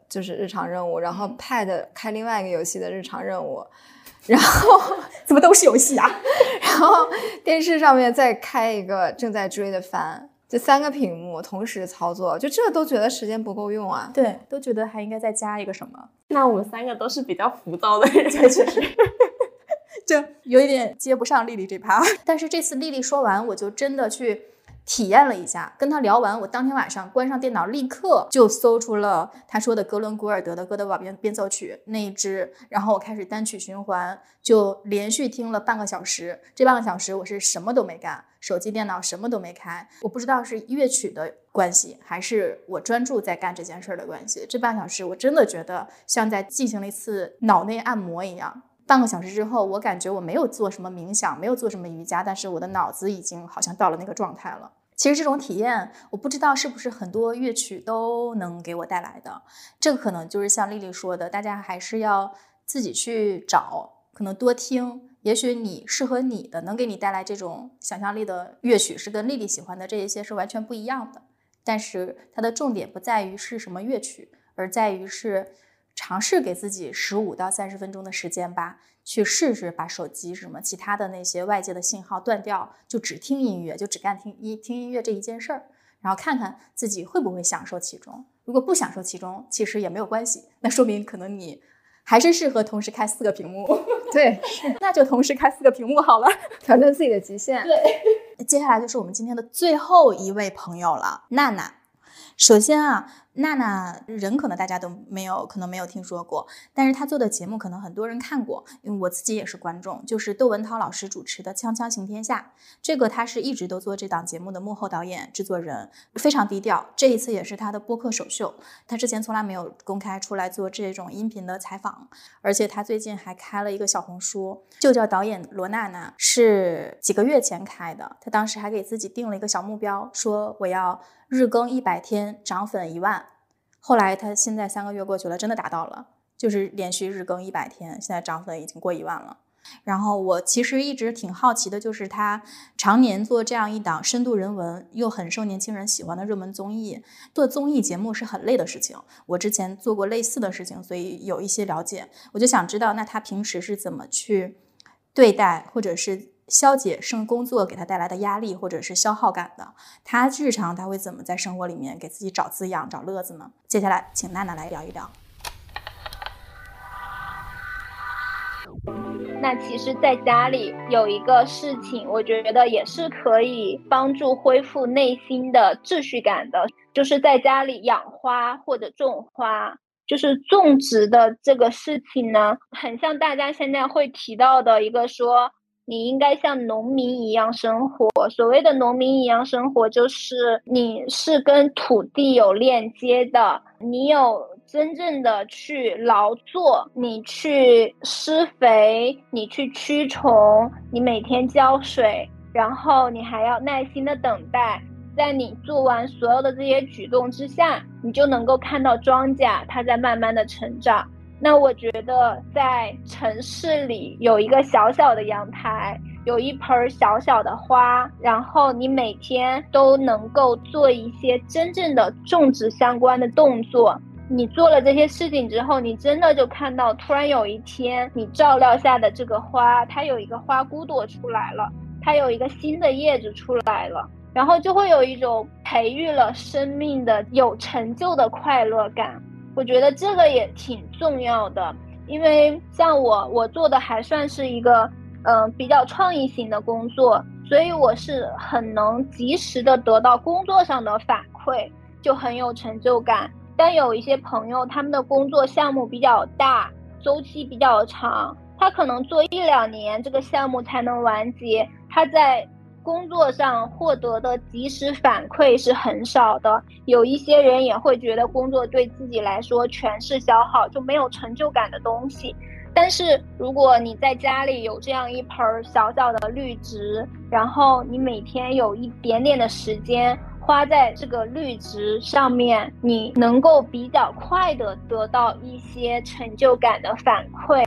就是日常任务，然后 Pad 开另外一个游戏的日常任务，然后怎么都是游戏啊？ 然后电视上面再开一个正在追的番，这3个屏幕同时操作，就这都觉得时间不够用啊。 对，都觉得还应该再加一个什么。 那我们3个都是比较浮躁的人， 确实就有一点接不上丽丽这趴。但是这次丽丽说完，我就真的去体验了一下，跟她聊完，我当天晚上关上电脑，立刻就搜出了她说的格伦古尔德的《哥德堡变奏曲》那一支，然后我开始单曲循环，就连续听了半个小时。这半个小时我是什么都没干，手机电脑什么都没开，我不知道是乐曲的关系还是我专注在干这件事的关系，这半个小时我真的觉得像在进行了一次脑内按摩一样。半个小时之后，我感觉我没有做什么冥想，没有做什么瑜伽，但是我的脑子已经好像到了那个状态了。其实这种体验我不知道是不是很多乐曲都能给我带来的，这个可能就是像丽丽说的，大家还是要自己去找，可能多听，也许你适合你的能给你带来这种想象力的乐曲是跟丽丽喜欢的这一些是完全不一样的，但是它的重点不在于是什么乐曲，而在于是尝试给自己15到30分钟的时间吧，去试试把手机什么其他的那些外界的信号断掉，就只听音乐，就只干听音乐这一件事儿，然后看看自己会不会享受其中。如果不享受其中，其实也没有关系，那说明可能你还是适合同时开4个屏幕。 对， 那就同时开4个屏幕好了， 挑战自己的极限。 对，接下来就是我们今天的最后一位朋友了，娜娜。首先啊，娜娜人可能大家都可能没有听说过，但是她做的节目可能很多人看过，因为我自己也是观众，就是窦文涛老师主持的《锵锵行天下》，这个他是一直都做这档节目的幕后导演制作人，非常低调，这一次也是他的播客首秀，他之前从来没有公开出来做这种音频的采访，而且他最近还开了一个小红书，就叫导演罗娜娜，是几个月前开的，他当时还给自己定了一个小目标，说我要日更100天涨粉1万，后来他现在3个月过去了，真的达到了，就是连续日更100天，现在涨粉已经过1万了。然后我其实一直挺好奇的，就是他常年做这样一档深度人文又很受年轻人喜欢的热门综艺，做综艺节目是很累的事情，我之前做过类似的事情，所以有一些了解，我就想知道那他平时是怎么去对待或者是消解工作给他带来的压力或者是消耗感的，他日常他会怎么在生活里面给自己找滋养找乐子呢？接下来请娜娜来聊一聊。 那其实在家里有一个事情我觉得也是可以帮助恢复内心的秩序感的，就是在家里养花或者种花。就是种植的这个事情呢，很像大家现在会提到的一个说你应该像农民一样生活。所谓的农民一样生活，就是你是跟土地有链接的，你有真正的去劳作，你去施肥，你去驱虫，你每天浇水，然后你还要耐心的等待。在你做完所有的这些举动之下，你就能够看到庄稼它在慢慢的成长。那我觉得在城市里有一个小小的阳台，有一盆小小的花，然后你每天都能够做一些真正的种植相关的动作。你做了这些事情之后，你真的就看到突然有一天你照料下的这个花，它有一个花骨朵出来了，它有一个新的叶子出来了，然后就会有一种培育了生命的有成就的快乐感。我觉得这个也挺重要的，因为像我做的还算是一个比较创意型的工作，所以我是很能及时的得到工作上的反馈，就很有成就感。但有一些朋友他们的工作项目比较大，周期比较长，他可能做1-2年这个项目才能完结，他在工作上获得的及时反馈是很少的。有一些人也会觉得工作对自己来说全是消耗，就没有成就感的东西。但是如果你在家里有这样一盆小小的绿植，然后你每天有一点点的时间花在这个绿植上面，你能够比较快的得到一些成就感的反馈。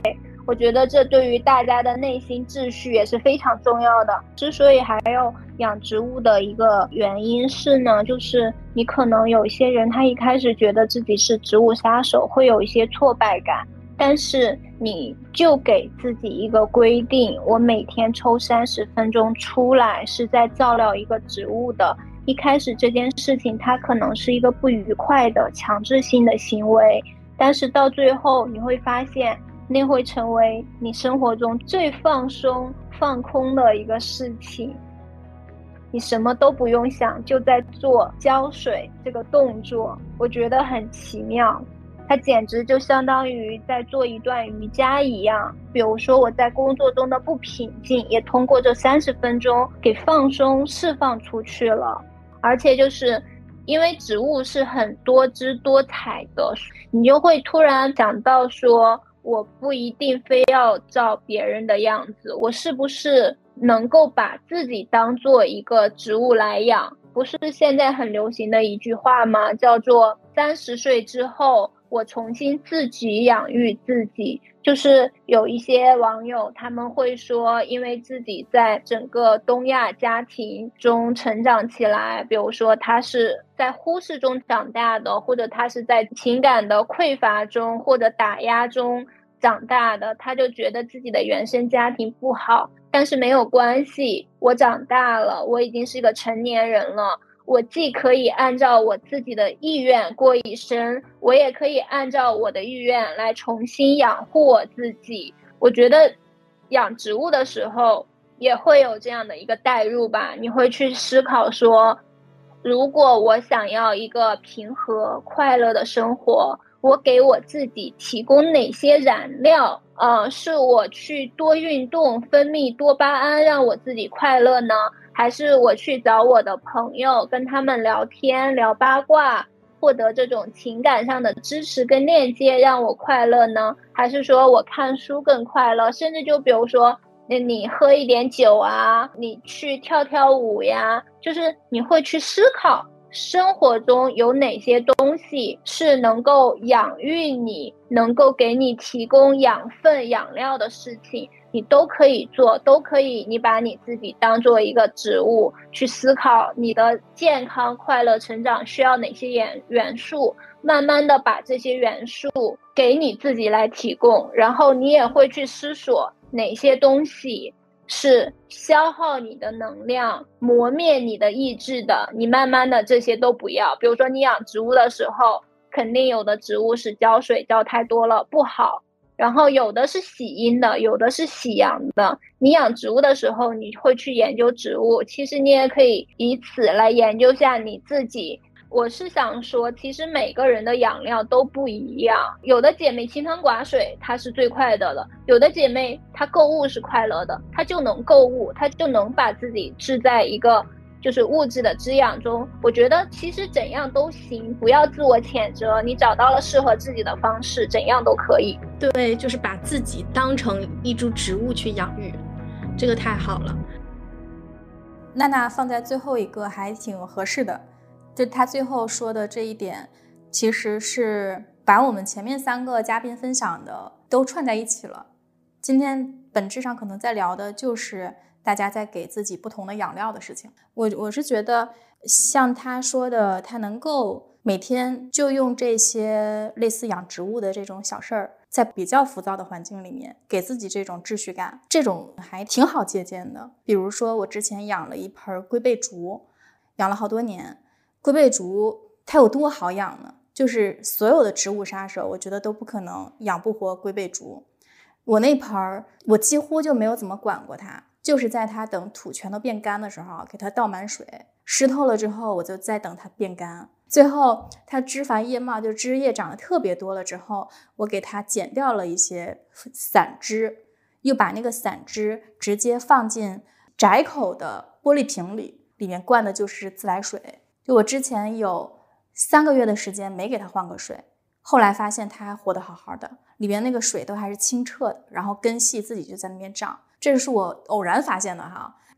我觉得这对于大家的内心秩序也是非常重要的。之所以还要养植物的一个原因是呢，就是你可能有一些人他一开始觉得自己是植物杀手，会有一些挫败感，但是你就给自己一个规定，我每天抽30分钟出来是在照料一个植物的。一开始这件事情它可能是一个不愉快的强制性的行为，但是到最后你会发现那会成为你生活中最放松放空的一个事情，你什么都不用想，就在做浇水这个动作，我觉得很奇妙，它简直就相当于在做一段瑜伽一样。比如说我在工作中的不平静，也通过这30分钟给放松释放出去了。而且就是因为植物是很多姿多彩的，你就会突然想到说，我不一定非要照别人的样子，我是不是能够把自己当做一个植物来养？不是现在很流行的一句话吗？叫做30岁之后我重新自己养育自己。就是有一些网友他们会说，因为自己在整个东亚家庭中成长起来，比如说他是在忽视中长大的，或者他是在情感的匮乏中或者打压中长大的，他就觉得自己的原生家庭不好。但是没有关系，我长大了，我已经是一个成年人了，我既可以按照我自己的意愿过一生，我也可以按照我的意愿来重新养护我自己。我觉得养植物的时候也会有这样的一个代入吧，你会去思考说，如果我想要一个平和快乐的生活，我给我自己提供哪些燃料？是我去多运动分泌多巴胺让我自己快乐呢？还是我去找我的朋友跟他们聊天聊八卦，获得这种情感上的支持跟链接让我快乐呢？还是说我看书更快乐？甚至就比如说你喝一点酒啊，你去跳跳舞呀，就是你会去思考生活中有哪些东西是能够养育你，能够给你提供养分养料的事情，你都可以做，都可以你把你自己当做一个植物去思考你的健康快乐成长需要哪些元素，慢慢的把这些元素给你自己来提供，然后你也会去思索哪些东西是消耗你的能量磨灭你的意志的，你慢慢的这些都不要。比如说你养植物的时候，肯定有的植物是浇水浇太多了不好，然后有的是喜阴的，有的是喜阳的。你养植物的时候你会去研究植物，其实你也可以以此来研究下你自己。我是想说，其实每个人的养料都不一样，有的姐妹清汤寡水她是最快乐的，有的姐妹她购物是快乐的，她就能购物，她就能把自己置在一个就是物质的滋养中。我觉得其实怎样都行，不要自我谴责，你找到了适合自己的方式，怎样都可以。 对，就是把自己当成一株植物去养育，这个太好了。 娜娜放在最后一个还挺合适的，就她最后说的这一点，其实是把我们前面3个嘉宾分享的都串在一起了。今天本质上可能在聊的就是大家在给自己不同的养料的事情。我是觉得像他说的，他能够每天就用这些类似养植物的这种小事儿，在比较浮躁的环境里面给自己这种秩序感，这种还挺好借鉴的。比如说我之前养了一盆龟背竹，养了好多年。龟背竹它有多好养呢？就是所有的植物杀手我觉得都不可能养不活龟背竹。我那盆我几乎就没有怎么管过它，就是在它等土全都变干的时候给它倒满水，湿透了之后我就再等它变干，最后它枝繁叶茂，就枝叶长得特别多了之后，我给它剪掉了一些散枝，又把那个散枝直接放进窄口的玻璃瓶里，里面灌的就是自来水。就我之前有3个月的时间没给它换过水，后来发现它还活得好好的，里面那个水都还是清澈的，然后根系自己就在那边长，这是我偶然发现的哈。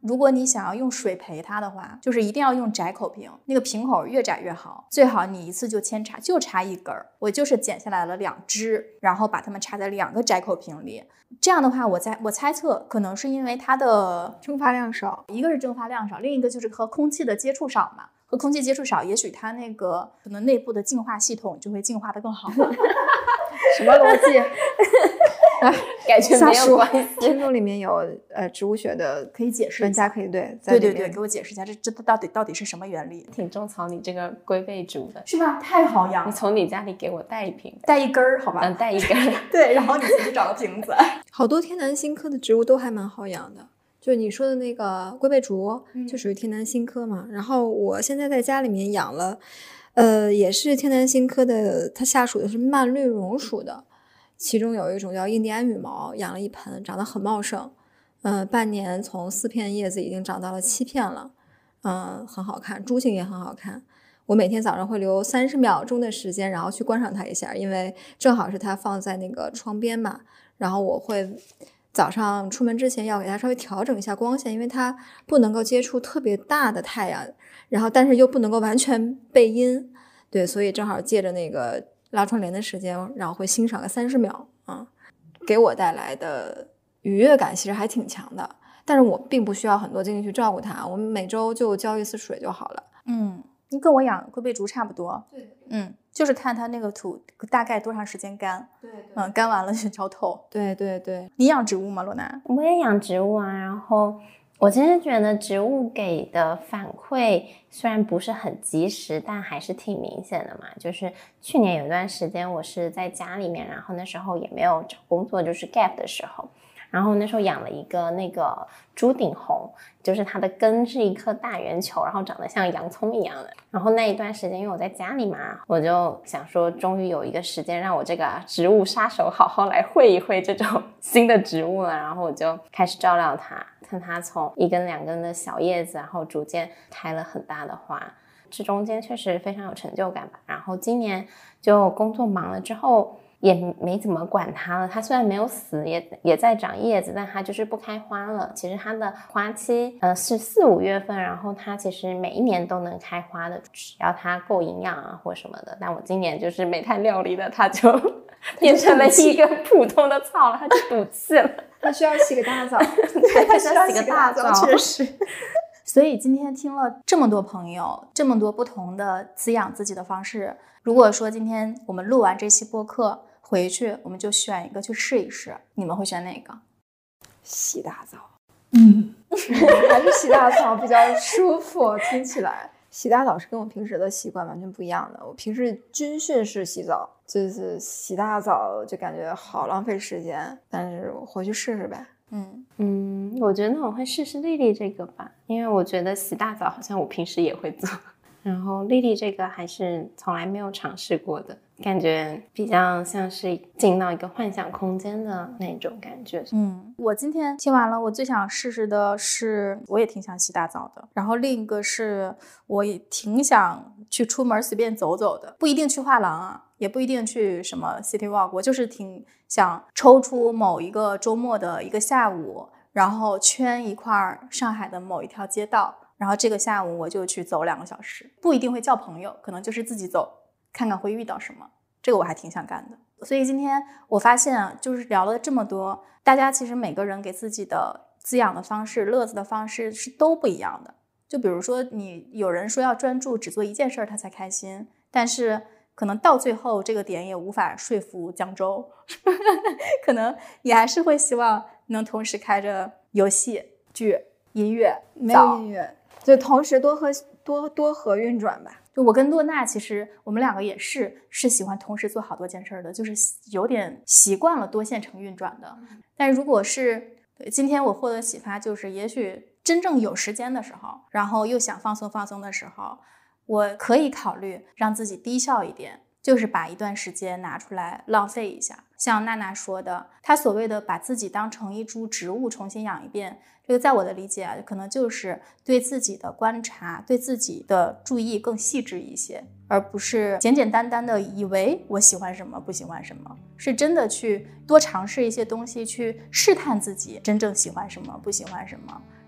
如果你想要用水培它的话，就是一定要用窄口瓶，那个瓶口越窄越好，最好你一次就扦插，就插一根儿。我就是剪下来了2支，然后把它们插在2个窄口瓶里。这样的话，我猜测可能是因为它的蒸发量少， 一个是蒸发量少，另一个就是和空气的接触少嘛。和空气接触少，也许它那个可能内部的净化系统就会净化得更好。 什么逻辑？ 感觉没有关系。 听众里面有植物学的可以解释一下， 专家可以对给我解释一下，这到底是什么原理？ 挺种草你这个龟背竹的， 是吧？太好养了。 你从你家里给我带一瓶， 带一根儿，好吧？ 带一根儿。 对，然后你自己找个瓶子。 好多天南星科的植物都还蛮好养的。就你说的那个龟背竹，就属于天南星科嘛。然后我现在在家里面养了，也是天南星科的，它下属的是蔓绿榕属的，其中有一种叫印第安羽毛，养了一盆，长得很茂盛，半年从4片叶子已经长到了7片了，很好看，株型也很好看。我每天早上会留30秒钟的时间，然后去观赏它一下，因为正好是它放在那个窗边嘛，然后我会早上出门之前要给它稍微调整一下光线，因为它不能够接触特别大的太阳，然后但是又不能够完全背阴，对，所以正好借着那个拉窗帘的时间，然后会欣赏个30秒给我带来的愉悦感其实还挺强的。但是我并不需要很多精力去照顾它，我们每周就浇1次水就好了。 你跟我养龟背竹差不多。对，就是看它那个土大概多长时间干。对，干完了就浇透。 对对对。 你养植物吗，罗娜？ 我也养植物啊，然后我其实觉得植物给的反馈虽然不是很及时，但还是挺明显的嘛。就是去年有一段时间我是在家里面，然后那时候也没有找工作，就是 gap 的时候，然后那时候养了一个那个朱顶红，就是它的根是一颗大圆球，然后长得像洋葱一样的。然后那一段时间因为我在家里嘛，我就想说终于有一个时间让我这个植物杀手好好来会一会这种新的植物了，然后我就开始照料它，看它从1根2根的小叶子，然后逐渐开了很大的花，这中间确实非常有成就感吧。然后今年就工作忙了之后也没怎么管它了，它虽然没有死，也在长叶子，但它就是不开花了。其实它的花期是4、5月份，然后它其实每一年都能开花的，只要它够营养啊或什么的。但我今年就是没太料理的，它就变成了一个普通的草了，它就赌气了。 它需要洗个大澡。 它需要洗个大澡，确实。所以今天听了这么多朋友，这么多不同的滋养自己的方式，如果说今天我们录完这期播客回去，我们就选一个去试一试，你们会选哪个？ 洗大澡。还是洗大澡比较舒服，听起来。洗大澡是跟我平时的习惯完全不一样的。我平时军训式洗澡，就是洗大澡就感觉好浪费时间，但是我回去试试呗。 我觉得我会试试丽丽这个吧，因为我觉得洗大澡好像我平时也会做，然后丽丽这个还是从来没有尝试过的，感觉比较像是进到一个幻想空间的那种感觉。 我今天听完了，我最想试试的是，我也挺想洗大澡的，然后另一个是我也挺想去出门随便走走的，不一定去画廊啊，也不一定去什么 City Walk， 我就是挺想抽出某一个周末的一个下午，然后圈一块上海的某一条街道，然后这个下午我就去走2个小时，不一定会叫朋友，可能就是自己走，看看会遇到什么，这个我还挺想干的。所以今天我发现就是聊了这么多，大家其实每个人给自己的滋养的方式、乐子的方式是都不一样的。就比如说有人说要专注只做一件事他才开心，但是可能到最后这个点也无法说服江州可能你还是会希望能同时开着游戏、剧、音乐。 没有音乐就同时多核运转吧。 就我跟洛娜其实我们2个也是喜欢同时做好多件事的，就是有点习惯了多线程运转的。但如果是今天我获得启发，就是也许真正有时间的时候，然后又想放松的时候，我可以考虑让自己低效一点，就是把一段时间拿出来浪费一下。像娜娜说的，她所谓的把自己当成一株植物重新养一遍，这个在我的理解可能就是对自己的观察、对自己的注意更细致一些，而不是简简单单的以为我喜欢什么不喜欢什么，是真的去多尝试一些东西，去试探自己真正喜欢什么不喜欢什么，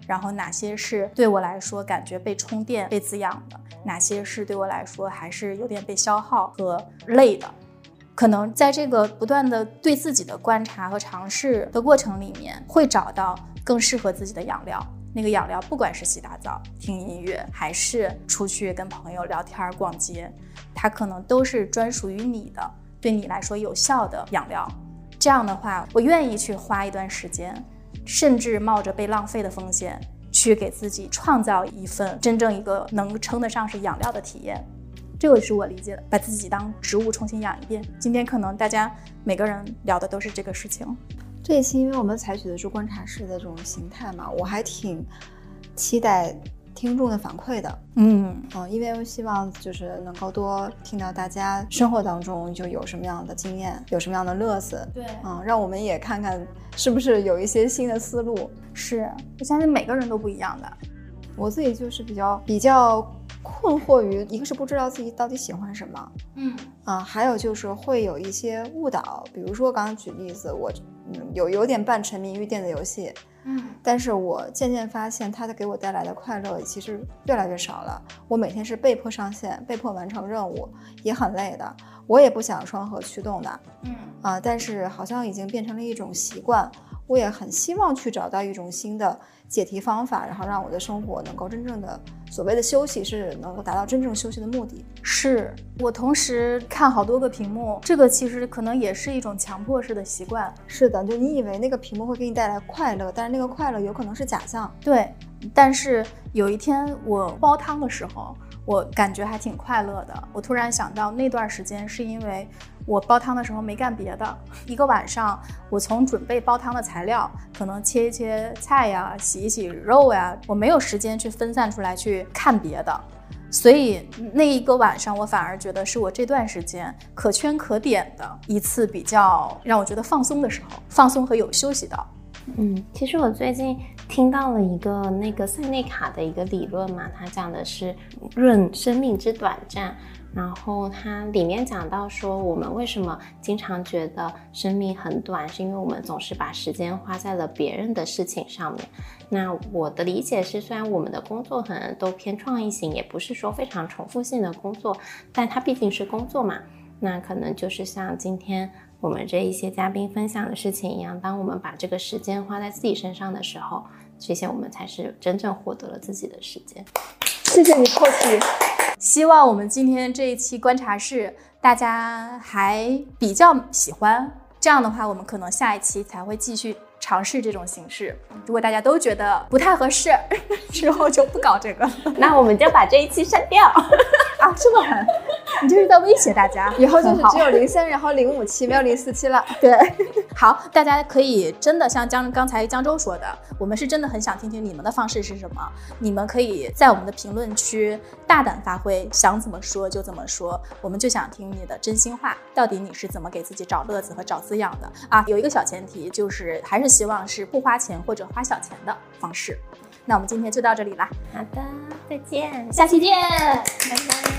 然后哪些是对我来说感觉被充电被滋养的，哪些是对我来说还是有点被消耗和累的。可能在这个不断的对自己的观察和尝试的过程里面，会找到更适合自己的养料。那个养料不管是洗大澡、听音乐，还是出去跟朋友聊天逛街，它可能都是专属于你的，对你来说有效的养料。这样的话，我愿意去花一段时间，甚至冒着被浪费的风险，去给自己创造一份真正一个能称得上是养料的体验。这个是我理解的，把自己当植物重新养一遍。今天可能大家每个人聊的都是这个事情。 这一期因为我们采取的是观察室的这种形态嘛，我还挺期待听众的反馈的。因为我希望就是能够多听到大家生活当中就有什么样的经验，有什么样的乐子。 对， 让我们也看看是不是有一些新的思路。 是，我相信每个人都不一样的。 我自己就是比较困惑于，一个是不知道自己到底喜欢什么，还有就是会有一些误导，比如说刚刚举例子，我有点半沉迷于电子游戏，但是我渐渐发现它给我带来的快乐其实越来越少了。我每天是被迫上线，被迫完成任务，也很累的，我也不想双核驱动的，但是好像已经变成了一种习惯。我也很希望去找到一种新的解题方法，然后让我的生活能够真正的所谓的休息是能够达到真正休息的目的。 是我同时看好多个屏幕，这个其实可能也是一种强迫式的习惯。 是的，就你以为那个屏幕会给你带来快乐，但是那个快乐有可能是假象。 对，但是有一天我煲汤的时候，我感觉还挺快乐的。我突然想到那段时间是因为我煲汤的时候没干别的，一个晚上我从准备煲汤的材料，可能切一切菜呀，洗一洗肉呀，我没有时间去分散出来去看别的，所以那一个晚上我反而觉得是我这段时间可圈可点的一次比较让我觉得放松的时候，放松和有休息到。 其实我最近听到了一个那个塞内卡的一个理论嘛，它讲的是论生命之短暂，然后它里面讲到说我们为什么经常觉得生命很短，是因为我们总是把时间花在了别人的事情上面。那我的理解是，虽然我们的工作可能都偏创意型，也不是说非常重复性的工作，但它毕竟是工作嘛，那可能就是像今天我们这一些嘉宾分享的事情一样，当我们把这个时间花在自己身上的时候，这些我们才是真正获得了自己的时间。 谢谢你破题。 希望我们今天这一期观察室大家还比较喜欢，这样的话我们可能下一期才会继续尝试这种形式。如果大家都觉得不太合适，之后就不搞这个， 那我们就把这一期删掉。 这么狠，你这是在威胁大家。 以后就是只有03，然后05期，没有047了。 对，好，大家可以真的像刚才江州说的，我们是真的很想听听你们的方式是什么。你们可以在我们的评论区大胆发挥，想怎么说就怎么说，我们就想听你的真心话。到底你是怎么给自己找乐子和找滋养的啊？有一个小前提，就是还是希望是不花钱或者花小钱的方式。那我们今天就到这里啦。 好的，再见， 下期见， 拜拜。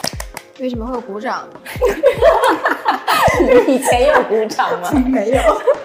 为什么会有鼓掌？ 以前有鼓掌吗？ 没有。